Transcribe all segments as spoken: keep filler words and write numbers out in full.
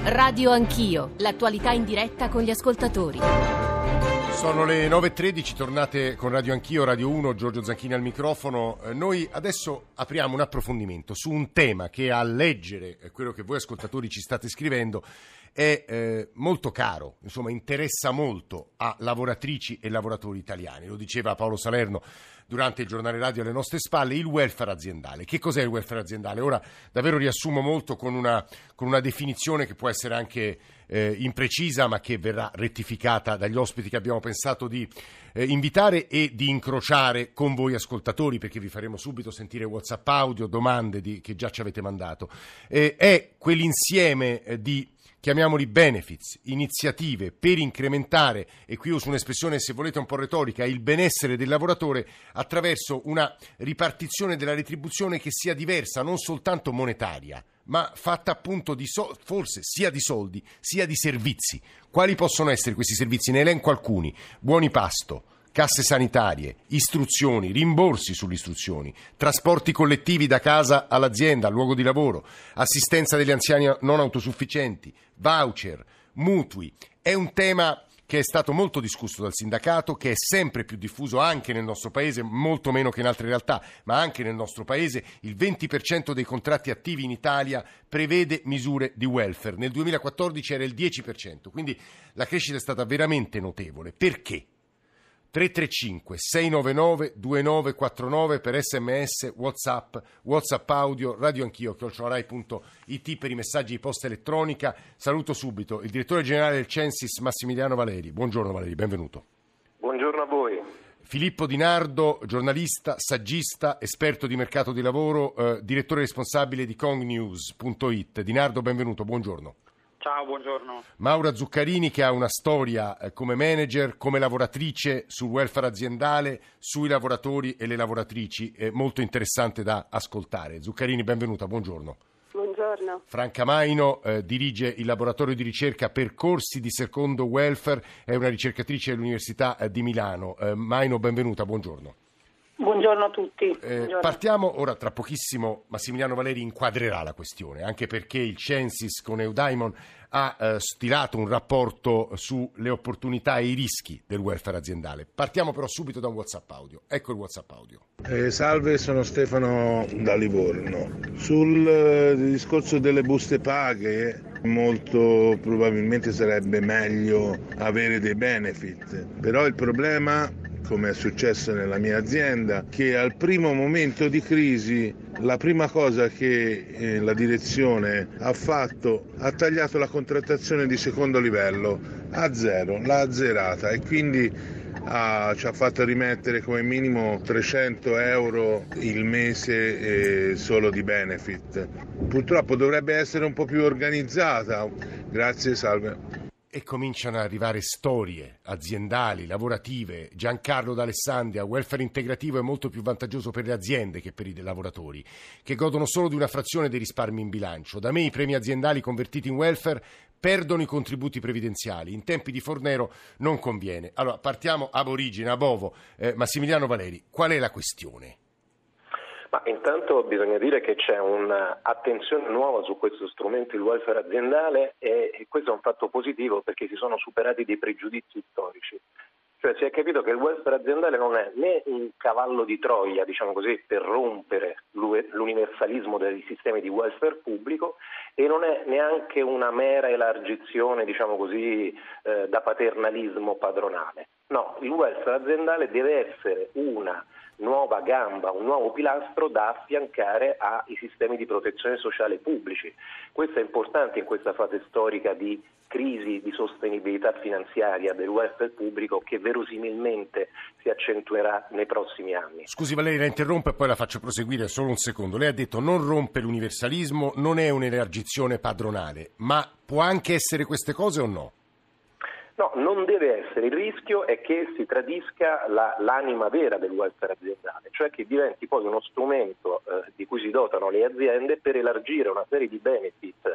Radio Anch'io, l'attualità in diretta con gli ascoltatori. Sono le nove e tredici, tornate con Radio Anch'io, Radio uno, Giorgio Zanchini al microfono. Eh, noi adesso apriamo un approfondimento su un tema che, a leggere eh, quello che voi ascoltatori ci state scrivendo, è eh, molto caro, insomma interessa molto a lavoratrici e lavoratori italiani. Lo diceva Paolo Salerno durante il giornale radio alle nostre spalle, il welfare aziendale. Che cos'è il welfare aziendale? Ora davvero riassumo molto con una, con una definizione che può essere anche eh, imprecisa, ma che verrà rettificata dagli ospiti che abbiamo pensato di eh, invitare e di incrociare con voi ascoltatori, perché vi faremo subito sentire WhatsApp audio, domande di, che già ci avete mandato. Eh, è quell'insieme eh, di chiamiamoli benefits, iniziative per incrementare, e qui uso un'espressione se volete un po' retorica, il benessere del lavoratore attraverso una ripartizione della retribuzione che sia diversa, non soltanto monetaria, ma fatta appunto di so- forse sia di soldi sia di servizi. Quali possono essere questi servizi? Ne elenco alcuni: buoni pasto, casse sanitarie, istruzioni, rimborsi sulle istruzioni, trasporti collettivi da casa all'azienda, al luogo di lavoro, assistenza degli anziani non autosufficienti, voucher, mutui. È un tema che è stato molto discusso dal sindacato, che è sempre più diffuso anche nel nostro paese, molto meno che in altre realtà, ma anche nel nostro paese. Il venti per cento dei contratti attivi in Italia prevede misure di welfare. Nel duemilaquattordici era il dieci per cento, quindi la crescita è stata veramente notevole. Perché? tre tre cinque sei nove nove due nove quattro nove per sms, whatsapp, whatsapp audio, radio anch'io, chiocciola punto it per i messaggi di posta elettronica. Saluto subito il direttore generale del Censis, Massimiliano Valeri. Buongiorno Valeri, benvenuto. Buongiorno a voi. Filippo Di Nardo, giornalista, saggista, esperto di mercato di lavoro, eh, direttore responsabile di congnews punto it. Di Nardo, benvenuto, buongiorno. Ciao, buongiorno. Maura Zuccarini, che ha una storia eh, come manager, come lavoratrice sul welfare aziendale, sui lavoratori e le lavoratrici, eh, molto interessante da ascoltare. Zuccarini, benvenuta, buongiorno. Buongiorno. Franca Maino eh, dirige il laboratorio di ricerca Percorsi di Secondo Welfare, è una ricercatrice dell'Università eh, di Milano. Eh, Maino, benvenuta, buongiorno. Buongiorno a tutti. Eh, Buongiorno. Partiamo ora, tra pochissimo Massimiliano Valeri inquadrerà la questione, anche perché il Censis con Eudaimon ha eh, stilato un rapporto sulle opportunità e i rischi del welfare aziendale. Partiamo però subito da un WhatsApp audio. Ecco il WhatsApp audio. Eh, salve, sono Stefano da Livorno. Sul eh, discorso delle buste paghe, molto probabilmente sarebbe meglio avere dei benefit, però il problema, come è successo nella mia azienda, che al primo momento di crisi la prima cosa che eh, la direzione ha fatto ha tagliato la contrattazione di secondo livello a zero, l'ha azzerata, e quindi ah, ci ha fatto rimettere come minimo trecento euro il mese eh, solo di benefit. Purtroppo dovrebbe essere un po' più organizzata. Grazie, salve. E cominciano ad arrivare storie aziendali, lavorative. Giancarlo d'Alessandria: welfare integrativo è molto più vantaggioso per le aziende che per i lavoratori, che godono solo di una frazione dei risparmi in bilancio. Da me i premi aziendali convertiti in welfare perdono i contributi previdenziali. In tempi di Fornero non conviene. Allora, partiamo ab origine, a Bovo. Eh, Massimiliano Valeri, qual è la questione? Ma intanto bisogna dire che c'è un'attenzione nuova su questo strumento, il welfare aziendale, e questo è un fatto positivo perché si sono superati dei pregiudizi storici. Cioè si è capito che il welfare aziendale non è né un cavallo di Troia, diciamo così, per rompere l'universalismo dei sistemi di welfare pubblico, e non è neanche una mera elargizione, diciamo così, eh, da paternalismo padronale. No, il welfare aziendale deve essere una nuova gamba, un nuovo pilastro da affiancare ai sistemi di protezione sociale pubblici. Questo è importante in questa fase storica di crisi di sostenibilità finanziaria del welfare pubblico, che verosimilmente si accentuerà nei prossimi anni. Scusi Valeri, la interrompo e poi la faccio proseguire solo un secondo. Lei ha detto non rompe l'universalismo, non è un'elargizione padronale, ma può anche essere queste cose o no? No, non deve essere. Il rischio è che si tradisca la, l'anima vera del welfare aziendale, cioè che diventi poi uno strumento eh, di cui si dotano le aziende per elargire una serie di benefit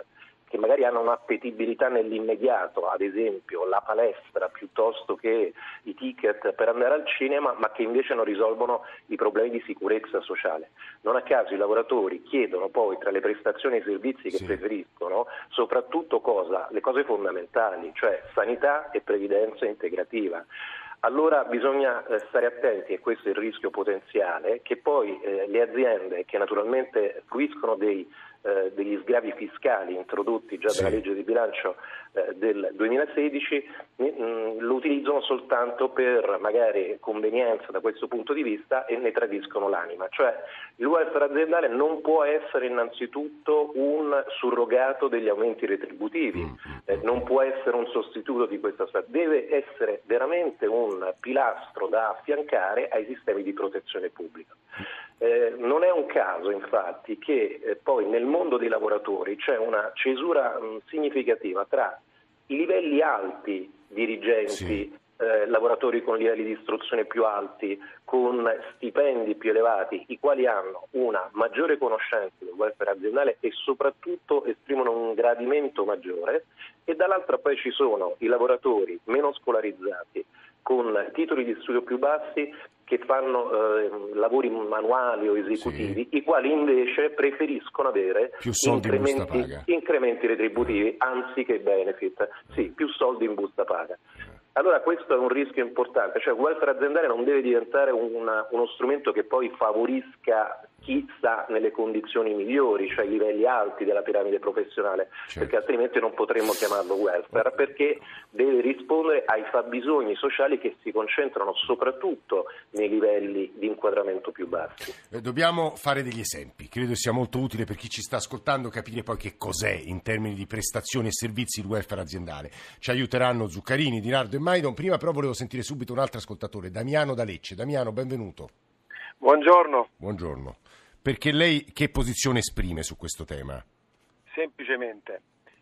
che magari hanno un'appetibilità nell'immediato, ad esempio la palestra piuttosto che i ticket per andare al cinema, ma che invece non risolvono i problemi di sicurezza sociale. Non a caso i lavoratori chiedono poi tra le prestazioni e i servizi che sì. preferiscono soprattutto cosa? Le cose fondamentali, cioè sanità e previdenza integrativa. Allora bisogna stare attenti, e questo è il rischio potenziale, che poi eh, le aziende che naturalmente fruiscono dei, eh, degli sgravi fiscali introdotti già sì. dalla legge di bilancio eh, del duemilasedici mh, lo utilizzano soltanto per magari convenienza da questo punto di vista e ne tradiscono l'anima. Cioè il welfare aziendale non può essere innanzitutto un surrogato degli aumenti retributivi, eh, non può essere un sostituto di questa strada, deve essere veramente un un pilastro da affiancare ai sistemi di protezione pubblica. Eh, non è un caso infatti che eh, poi nel mondo dei lavoratori c'è una cesura mh, significativa tra i livelli alti dirigenti, sì. eh, lavoratori con livelli di istruzione più alti, con stipendi più elevati, i quali hanno una maggiore conoscenza del welfare aziendale e soprattutto esprimono un gradimento maggiore, e dall'altra poi ci sono i lavoratori meno scolarizzati, con titoli di studio più bassi, che fanno eh, lavori manuali o esecutivi, sì. i quali invece preferiscono avere più soldi incrementi, in busta paga. incrementi retributivi anziché benefit, sì, più soldi in busta paga. Allora questo è un rischio importante, cioè il welfare aziendale non deve diventare una, uno strumento che poi favorisca chi sta nelle condizioni migliori, cioè i livelli alti della piramide professionale, certo. perché altrimenti non potremmo chiamarlo welfare, perché deve rispondere ai fabbisogni sociali che si concentrano soprattutto nei livelli di inquadramento più bassi. Eh, dobbiamo fare degli esempi, credo sia molto utile per chi ci sta ascoltando capire poi che cos'è in termini di prestazioni e servizi il welfare aziendale. Ci aiuteranno Zuccarini, Di Nardo e Maidon. Prima però volevo sentire subito un altro ascoltatore, Damiano da Lecce. Damiano, benvenuto. Buongiorno. Buongiorno. Perché lei che posizione esprime su questo tema? Semplicemente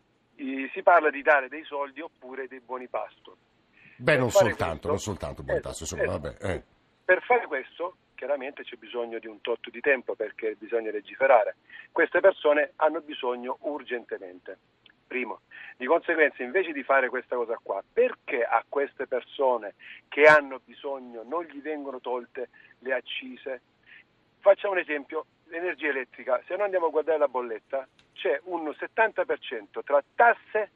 si parla di dare dei soldi oppure dei buoni pasto. Beh, per non soltanto, questo, non soltanto buoni eh, pasto, insomma, eh, vabbè. Eh. Per fare questo, chiaramente c'è bisogno di un tot di tempo perché bisogna legiferare. Queste persone hanno bisogno urgentemente. Primo, di conseguenza, invece di fare questa cosa qua, perché a queste persone che hanno bisogno non gli vengono tolte le accise? Facciamo un esempio, l'energia elettrica, se noi andiamo a guardare la bolletta, c'è un settanta per cento tra tasse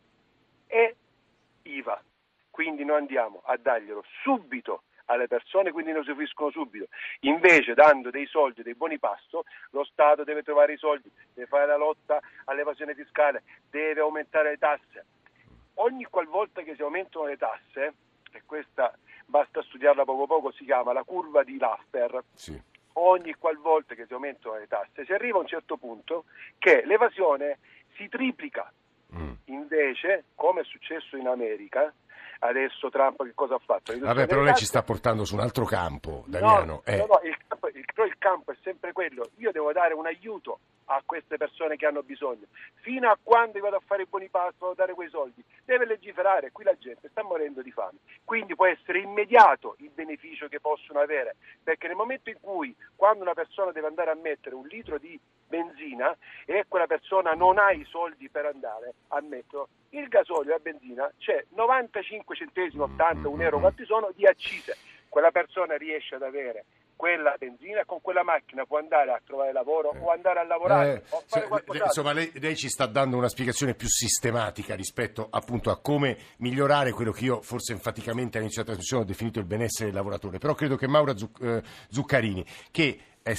e I V A, quindi noi andiamo a darglielo subito alle persone, quindi ne usufruiscono subito. Invece, dando dei soldi, dei buoni pasto, lo Stato deve trovare i soldi, deve fare la lotta all'evasione fiscale, deve aumentare le tasse. Ogni qualvolta che si aumentano le tasse, e questa basta studiarla poco poco, si chiama la curva di Laffer, sì. Ogni qualvolta che si aumentano le tasse si arriva a un certo punto che l'evasione si triplica. Mm. Invece, come è successo in America, adesso Trump che cosa ha fatto? Vabbè, però lei ci sta portando su un altro campo, Damiano. No, eh. no, no il, campo, il, il campo è sempre quello. Io devo dare un aiuto a queste persone che hanno bisogno. Fino a quando io vado a fare i buoni pasto, vado a dare quei soldi, deve legiferare. Qui la gente sta morendo di fame. Quindi può essere immediato il beneficio che possono avere, perché nel momento in cui, quando una persona deve andare a mettere un litro di benzina e quella persona non ha i soldi per andare a metterlo, il gasolio e la benzina c'è novantacinque centesimi, ottanta, un euro, quanti sono, di accise. Quella persona riesce ad avere quella benzina, con quella macchina può andare a trovare lavoro o andare a lavorare eh, o fare qualcos'altro. Insomma, lei, lei ci sta dando una spiegazione più sistematica rispetto appunto a come migliorare quello che io forse enfaticamente all'inizio della trasmissione ho definito il benessere del lavoratore. Però credo che Maura Zuc- eh, Zuccarini, che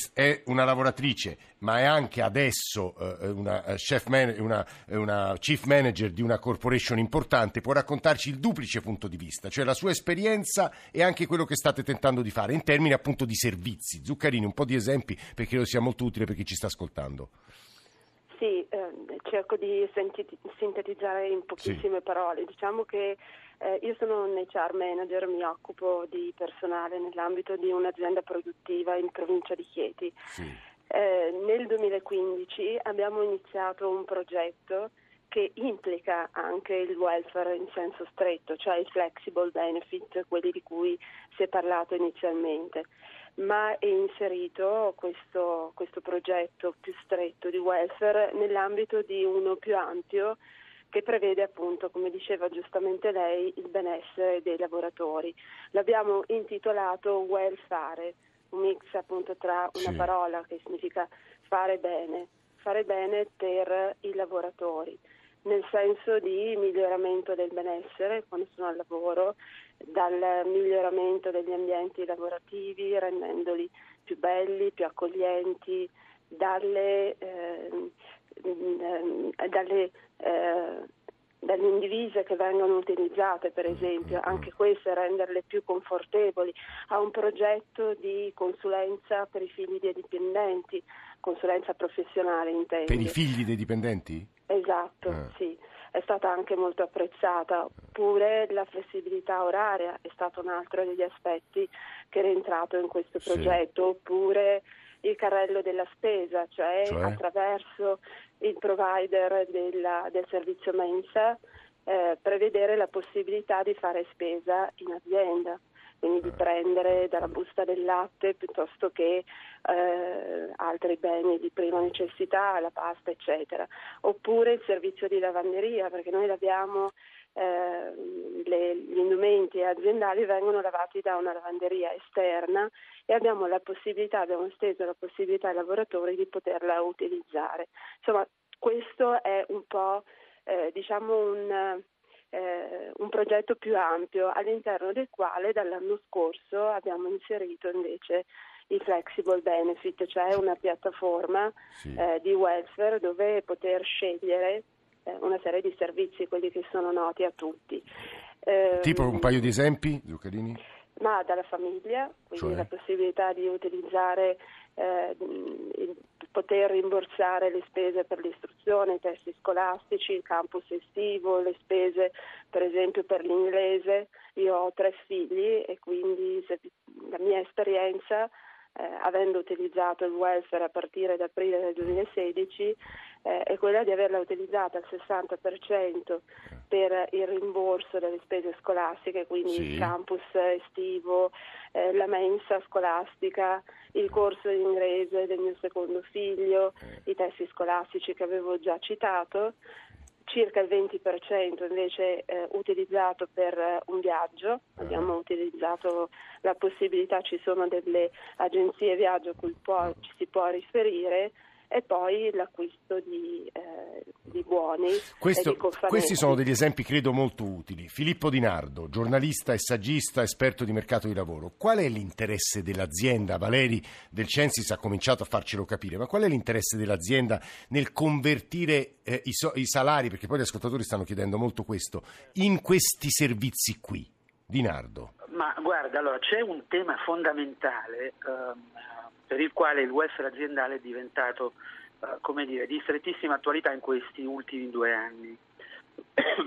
è una lavoratrice ma è anche adesso eh, una, chef man, una, una chief manager di una corporation importante, può raccontarci il duplice punto di vista, cioè la sua esperienza e anche quello che state tentando di fare in termini appunto di servizi. Zuccarini, un po' di esempi perché credo sia molto utile per chi ci sta ascoltando. Sì, eh, cerco di sintetizzare in pochissime sì. parole. Diciamo che eh, io sono un H R manager, mi occupo di personale nell'ambito di un'azienda produttiva in provincia di Chieti. Sì. Eh, nel duemilaquindici abbiamo iniziato un progetto che implica anche il welfare in senso stretto, cioè i flexible benefit, quelli di cui si è parlato inizialmente. ma è inserito questo, questo progetto più stretto di welfare nell'ambito di uno più ampio che prevede appunto, come diceva giustamente lei, il benessere dei lavoratori. L'abbiamo intitolato welfare, un mix appunto tra una sì. parola che significa fare bene, fare bene per i lavoratori, nel senso di miglioramento del benessere quando sono al lavoro, dal miglioramento degli ambienti lavorativi, rendendoli più belli, più accoglienti, dalle, eh, dalle, eh, dalle indivise che vengono utilizzate, per esempio, anche queste renderle più confortevoli, a un progetto di consulenza per i figli dei dipendenti, consulenza professionale intendo. Per i figli dei dipendenti? Esatto, ah. sì, è stata anche molto apprezzata. Oppure la flessibilità oraria è stato un altro degli aspetti che è rientrato in questo progetto, sì. Oppure il carrello della spesa, cioè, cioè? attraverso il provider della, del servizio mensa eh, prevedere la possibilità di fare spesa in azienda, quindi di prendere dalla busta del latte piuttosto che eh, altri beni di prima necessità, la pasta eccetera, oppure il servizio di lavanderia, perché noi l'abbiamo, eh, le, gli indumenti aziendali vengono lavati da una lavanderia esterna e abbiamo la possibilità, abbiamo esteso la possibilità ai lavoratori di poterla utilizzare. Insomma, questo è un po' eh, diciamo un Eh, un progetto più ampio all'interno del quale dall'anno scorso abbiamo inserito invece i flexible benefit, cioè una piattaforma sì. eh, di welfare dove poter scegliere eh, una serie di servizi, quelli che sono noti a tutti. Eh, tipo un paio di esempi, Zuccherini? Ma dalla famiglia, quindi cioè? la possibilità di utilizzare eh, il poter rimborsare le spese per l'istruzione, i testi scolastici, il campus estivo, le spese per esempio per l'inglese. Io ho tre figli e quindi se, la mia esperienza, eh, avendo utilizzato il welfare a partire da aprile del duemilasedici, eh, è quella di averla utilizzata al sessanta per cento per il rimborso delle spese scolastiche, quindi sì. il campus estivo, eh, la mensa scolastica, il corso di inglese del mio secondo figlio, i testi scolastici che avevo già citato, circa il venti per cento invece eh, utilizzato per eh, un viaggio. Abbiamo utilizzato la possibilità, ci sono delle agenzie viaggio a cui può, ci si può riferire, e poi l'acquisto di, eh, di buoni Questo, e di cofanetti. Questi sono degli esempi credo molto utili. Filippo Di Nardo, giornalista e saggista, esperto di mercato di lavoro. Qual è l'interesse dell'azienda? Valeri del Censis ha cominciato a farcelo capire, ma qual è l'interesse dell'azienda nel convertire eh, i, so, i salari, perché poi gli ascoltatori stanno chiedendo molto questo, in questi servizi qui? Di Nardo. Ma guarda, allora c'è un tema fondamentale um, per il quale il welfare aziendale è diventato, uh, come dire, di strettissima attualità in questi ultimi due anni. uh,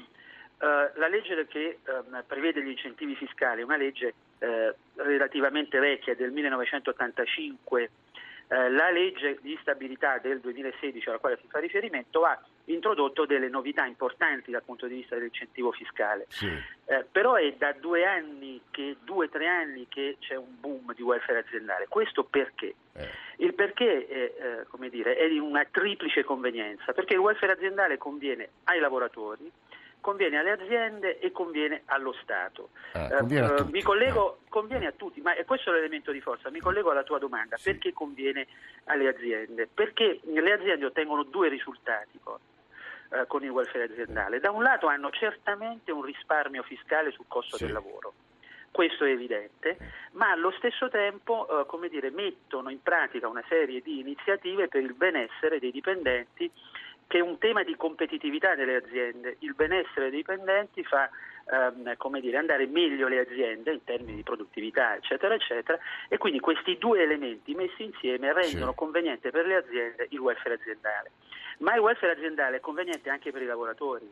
la legge che uh, prevede gli incentivi fiscali è una legge uh, relativamente vecchia, del millenovecentottantacinque. Uh, la legge di stabilità del duemilasedici alla quale si fa riferimento ha introdotto delle novità importanti dal punto di vista dell'incentivo fiscale. Sì. Eh, però è da due anni, che due o tre anni che c'è un boom di welfare aziendale. Questo perché? Eh. Il perché è, eh, come dire, è di una triplice convenienza, perché il welfare aziendale conviene ai lavoratori, conviene alle aziende e conviene allo Stato. Ah, conviene a tutti. Mi collego, conviene a tutti, ma è questo l'elemento di forza. Mi collego alla tua domanda, sì. Perché conviene alle aziende? Perché le aziende ottengono due risultati poi. Con il welfare aziendale. Da un lato hanno certamente un risparmio fiscale sul costo sì. del lavoro, questo è evidente, ma allo stesso tempo eh, come dire, mettono in pratica una serie di iniziative per il benessere dei dipendenti, che è un tema di competitività delle aziende. Il benessere dei dipendenti fa ehm, come dire, andare meglio le aziende in termini di produttività eccetera eccetera, e quindi questi due elementi messi insieme rendono sì. conveniente per le aziende il welfare aziendale. Ma il welfare aziendale è conveniente anche per i lavoratori,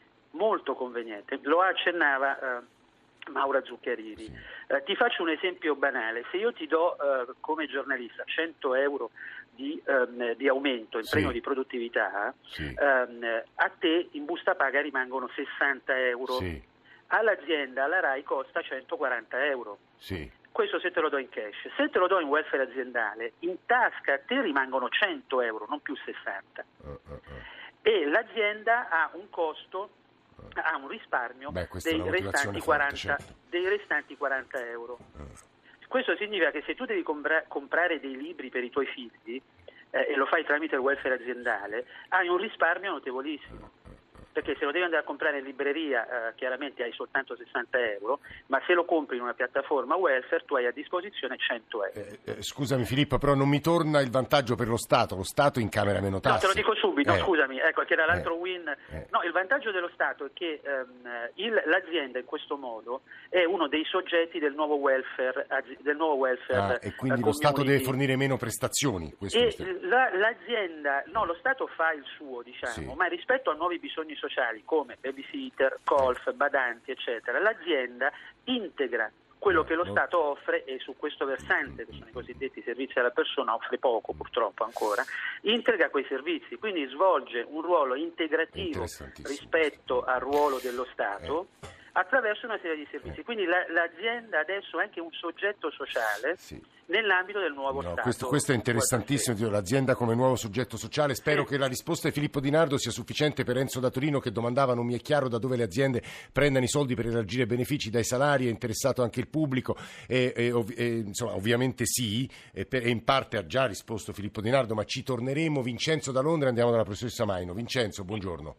molto conveniente, lo accennava eh, Maura Zuccherini. Sì. Eh, ti faccio un esempio banale: se io ti do eh, come giornalista cento euro di, ehm, di aumento in sì. premio di produttività, sì. ehm, a te in busta paga rimangono sessanta euro, sì. all'azienda, alla RAI, costa centoquaranta euro. Sì. questo se te lo do in cash. Se te lo do in welfare aziendale, in tasca a te rimangono cento euro, non più sessanta. Uh, uh, uh. E l'azienda ha un costo, ha un risparmio Beh, dei, restanti quaranta, forte, certo. dei restanti quaranta euro. Uh. Questo significa che se tu devi compra- comprare dei libri per i tuoi figli eh, e lo fai tramite il welfare aziendale, hai un risparmio notevolissimo. Perché se lo devi andare a comprare in libreria eh, chiaramente hai soltanto sessanta euro, ma se lo compri in una piattaforma welfare tu hai a disposizione cento euro. Eh, eh, scusami Filippo, però non mi torna il vantaggio per lo Stato, lo Stato incamera meno tasse. No, te lo dico subito, eh. scusami, ecco che era l'altro eh. win. Eh. No, il vantaggio dello Stato è che ehm, il, l'azienda in questo modo è uno dei soggetti del nuovo welfare, del nuovo welfare ah, e quindi uh, lo Stato deve fornire meno prestazioni. Questo e la, l'azienda, no, lo Stato fa il suo, diciamo, sì. ma rispetto a nuovi bisogni sociali come babysitter, golf, badanti, eccetera, l'azienda integra quello che lo Stato offre e su questo versante, che sono i cosiddetti servizi alla persona, offre poco purtroppo ancora, integra quei servizi, quindi svolge un ruolo integrativo rispetto al ruolo dello Stato eh. attraverso una serie di servizi. Quindi la, l'azienda adesso è anche un soggetto sociale sì. nell'ambito del nuovo no, Stato. Questo, questo è interessantissimo, l'azienda come nuovo soggetto sociale. Spero sì. che la risposta di Filippo Di Nardo sia sufficiente per Enzo da Torino, che domandava: non mi è chiaro da dove le aziende prendano i soldi per elargire benefici dai salari, è interessato anche il pubblico e, e, e insomma ovviamente sì, e, per, e in parte ha già risposto Filippo Di Nardo, ma ci torneremo. Vincenzo da Londra, andiamo dalla professoressa Maino. Vincenzo, buongiorno.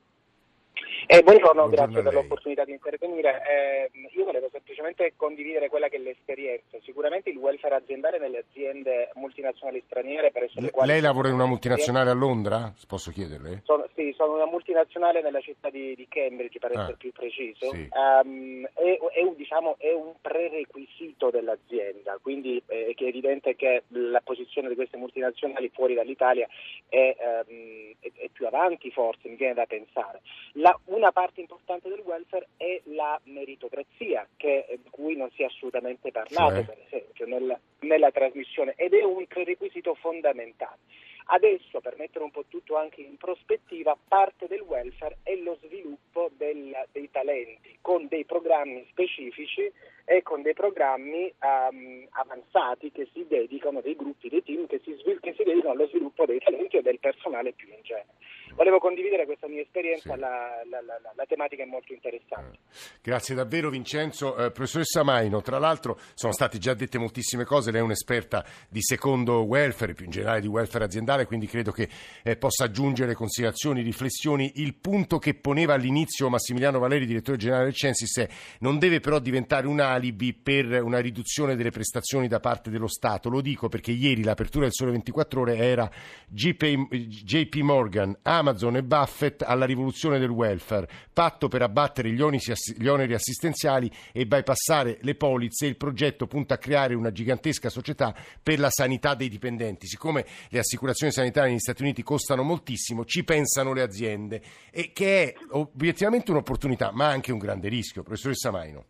Eh, buongiorno, buongiorno, grazie per l'opportunità di intervenire. Eh, io volevo semplicemente condividere quella che è l'esperienza. Sicuramente il welfare aziendale nelle aziende multinazionali straniere, per essere L- quali Lei lavora in una multinazionale a Londra? Posso chiederle? Sono, sì, sono una multinazionale nella città di, di Cambridge, per essere ah, più preciso. Sì. Um, è, è, un, diciamo, è un prerequisito dell'azienda, quindi è, è evidente che la posizione di queste multinazionali fuori dall'Italia è, um, è, è più avanti, forse, mi viene da pensare. La, una parte importante del welfare è la meritocrazia, che, di cui non si è assolutamente parlato, cioè? per esempio, nella, nella trasmissione, ed è un prerequisito fondamentale. Adesso, per mettere un po' tutto anche in prospettiva, parte del welfare è lo sviluppo del, dei talenti, con dei programmi specifici e con dei programmi um, avanzati che si dedicano, dei gruppi, dei team che si, svil- che si dedicano allo sviluppo dei talenti e del personale più in genere. Volevo condividere questa mia esperienza, sì. la, la, la, la tematica è molto interessante. Grazie davvero Vincenzo. Eh, professoressa Maino, tra l'altro sono state già dette moltissime cose, lei è un'esperta di secondo welfare, più in generale di welfare aziendale, quindi credo che eh, possa aggiungere considerazioni, riflessioni. Il punto che poneva all'inizio Massimiliano Valeri, direttore generale del Censis, è: non deve però diventare un alibi per una riduzione delle prestazioni da parte dello Stato. Lo dico perché ieri l'apertura del Sole ventiquattro Ore era J P Morgan, Amazon e Buffett alla rivoluzione del welfare, patto per abbattere gli oneri, gli oneri assistenziali e bypassare le polizze. Il progetto punta a creare una gigantesca società per la sanità dei dipendenti. Siccome le assicurazioni sanitarie negli Stati Uniti costano moltissimo, ci pensano le aziende, e che è obiettivamente un'opportunità ma anche un grande rischio. Professoressa Maino.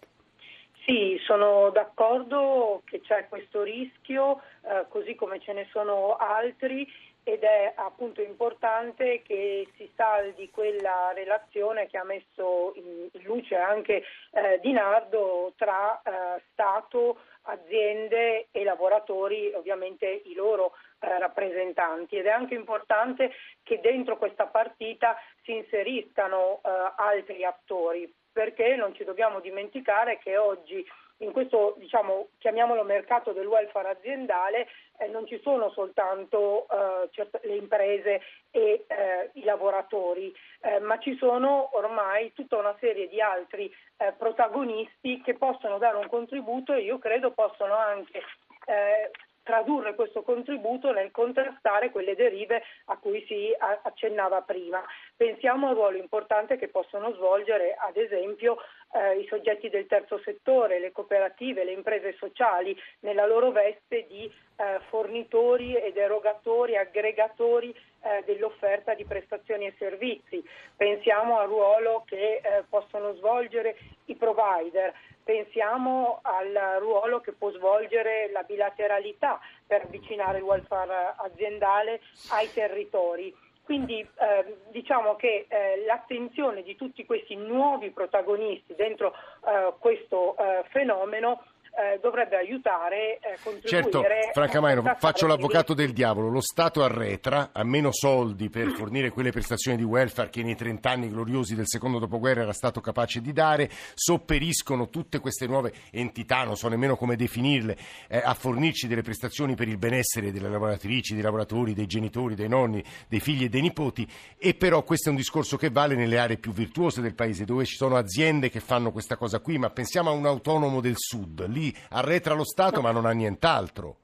Sì, sono d'accordo che c'è questo rischio, eh, così come ce ne sono altri, ed è appunto importante che si saldi quella relazione che ha messo in, in luce anche eh, Di Nardo tra eh, Stato, aziende e lavoratori, ovviamente i loro eh, rappresentanti, ed è anche importante che dentro questa partita si inseriscano eh, altri attori, perché non ci dobbiamo dimenticare che oggi in questo, diciamo, chiamiamolo mercato del welfare aziendale, eh, non ci sono soltanto eh, cert- le imprese e eh, i lavoratori, eh, ma ci sono ormai tutta una serie di altri eh, protagonisti che possono dare un contributo, e io credo possono anche eh, tradurre questo contributo nel contrastare quelle derive a cui si accennava prima. Pensiamo al ruolo importante che possono svolgere, ad esempio, eh, i soggetti del terzo settore, le cooperative, le imprese sociali, nella loro veste di eh, fornitori ed erogatori, aggregatori eh, dell'offerta di prestazioni e servizi. Pensiamo al ruolo che eh, possono svolgere i provider. Pensiamo al ruolo che può svolgere la bilateralità per avvicinare il welfare aziendale ai territori. Quindi eh, diciamo che eh, l'attenzione di tutti questi nuovi protagonisti dentro eh, questo eh, fenomeno eh, dovrebbe aiutare, eh, contribuire. Certo, Franca Maino, faccio l'avvocato del diavolo. Lo Stato arretra, ha meno soldi per fornire quelle prestazioni di welfare che nei trent'anni gloriosi del secondo dopoguerra era stato capace di dare, sopperiscono tutte queste nuove entità, non so nemmeno come definirle, eh, a fornirci delle prestazioni per il benessere delle lavoratrici, dei lavoratori, dei genitori, dei nonni, dei figli e dei nipoti, e però questo è un discorso che vale nelle aree più virtuose del paese, dove ci sono aziende che fanno questa cosa qui, ma pensiamo a un autonomo del sud, lì arretra lo Stato ma non ha nient'altro.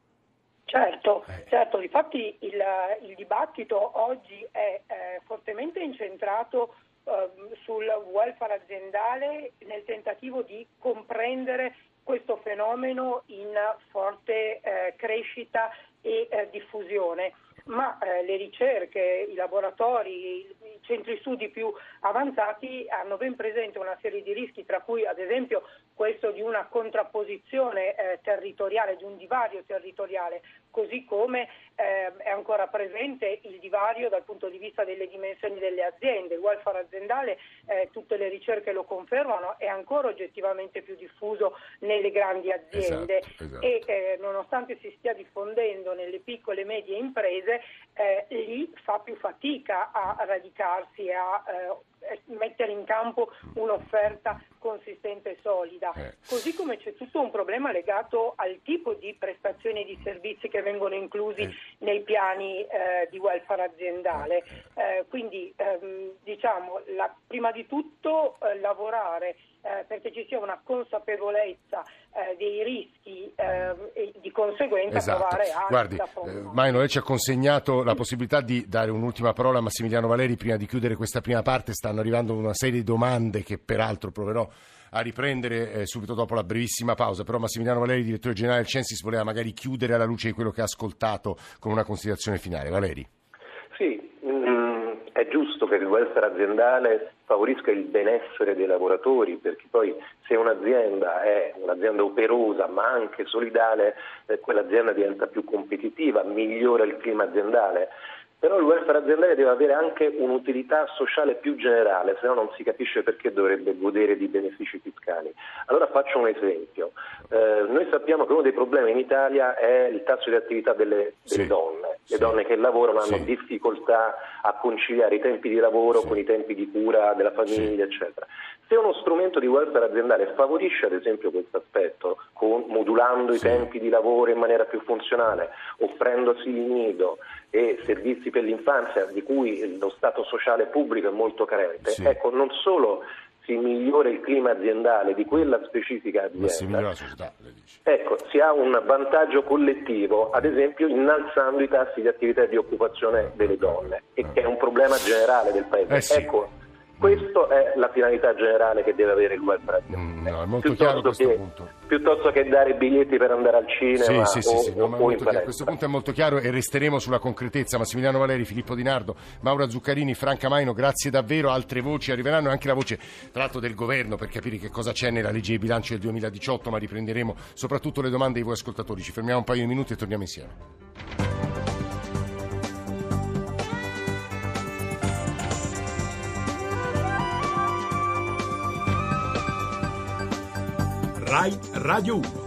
Certo, eh. certo, infatti il, il dibattito oggi è eh, fortemente incentrato eh, sul welfare aziendale nel tentativo di comprendere questo fenomeno in forte eh, crescita e eh, diffusione, ma eh, le ricerche, i laboratori, i centri studi più avanzati hanno ben presente una serie di rischi, tra cui ad esempio questo di una contrapposizione eh, territoriale, di un divario territoriale, così come eh, è ancora presente il divario dal punto di vista delle dimensioni delle aziende. Il welfare aziendale, eh, tutte le ricerche lo confermano, è ancora oggettivamente più diffuso nelle grandi aziende, esatto, esatto. e eh, nonostante si stia diffondendo nelle piccole e medie imprese, eh, lì fa più fatica a radicarsi e a eh, mettere in campo un'offerta consistente e solida. Eh. Così come c'è tutto un problema legato al tipo di prestazioni e di servizi che vengono inclusi eh. nei piani eh, di welfare aziendale. Eh, quindi ehm, diciamo la, prima di tutto eh, lavorare eh, perché ci sia una consapevolezza eh, dei rischi eh, e di conseguenza esatto. trovare altri. Guardi, eh, Maino, lei ci ha consegnato la possibilità di dare un'ultima parola a Massimiliano Valeri prima di chiudere questa prima parte. Stanno arrivando una serie di domande che peraltro proverò a riprendere eh, subito dopo la brevissima pausa, però Massimiliano Valeri, direttore generale del Censis, voleva magari chiudere alla luce di quello che ha ascoltato con una considerazione finale. Valeri. Sì, mh, è giusto che il welfare aziendale favorisca il benessere dei lavoratori, perché poi se un'azienda è un'azienda operosa ma anche solidale, eh, quell'azienda diventa più competitiva, migliora il clima aziendale. Però il welfare aziendale deve avere anche un'utilità sociale più generale, se no non si capisce perché dovrebbe godere di benefici fiscali. Allora faccio un esempio. Eh, noi sappiamo che uno dei problemi in Italia è il tasso di attività delle, delle sì. donne. Le sì. donne che lavorano hanno sì. difficoltà a conciliare i tempi di lavoro sì. con i tempi di cura della famiglia, sì. eccetera. Se uno strumento di welfare aziendale favorisce ad esempio questo aspetto, con, modulando sì. i tempi di lavoro in maniera più funzionale, offrendo asili nido e servizi per l'infanzia di cui lo Stato sociale pubblico è molto carente, sì. ecco, non solo si migliora il clima aziendale di quella specifica azienda, ma si migliora la società, le dici. Ecco, si ha un vantaggio collettivo, ad esempio innalzando i tassi di attività e di occupazione delle donne, e che è un problema generale del Paese. Eh sì. Ecco, questa è la finalità generale che deve avere il welfare aziendale. Mm, no, è molto chiaro questo che, punto. Piuttosto che dare biglietti per andare al cinema sì, sì, o, sì, sì, no, o in chiaro. Questo punto è molto chiaro e resteremo sulla concretezza. Massimiliano Valeri, Filippo Di Nardo, Maura Zuccarini, Franca Maino, grazie davvero. Altre voci arriveranno, anche la voce tra l'altro del governo, per capire che cosa c'è nella legge di bilancio del duemiladiciotto, ma riprenderemo soprattutto le domande di voi ascoltatori. Ci fermiamo un paio di minuti e torniamo insieme. Rai Radio uno.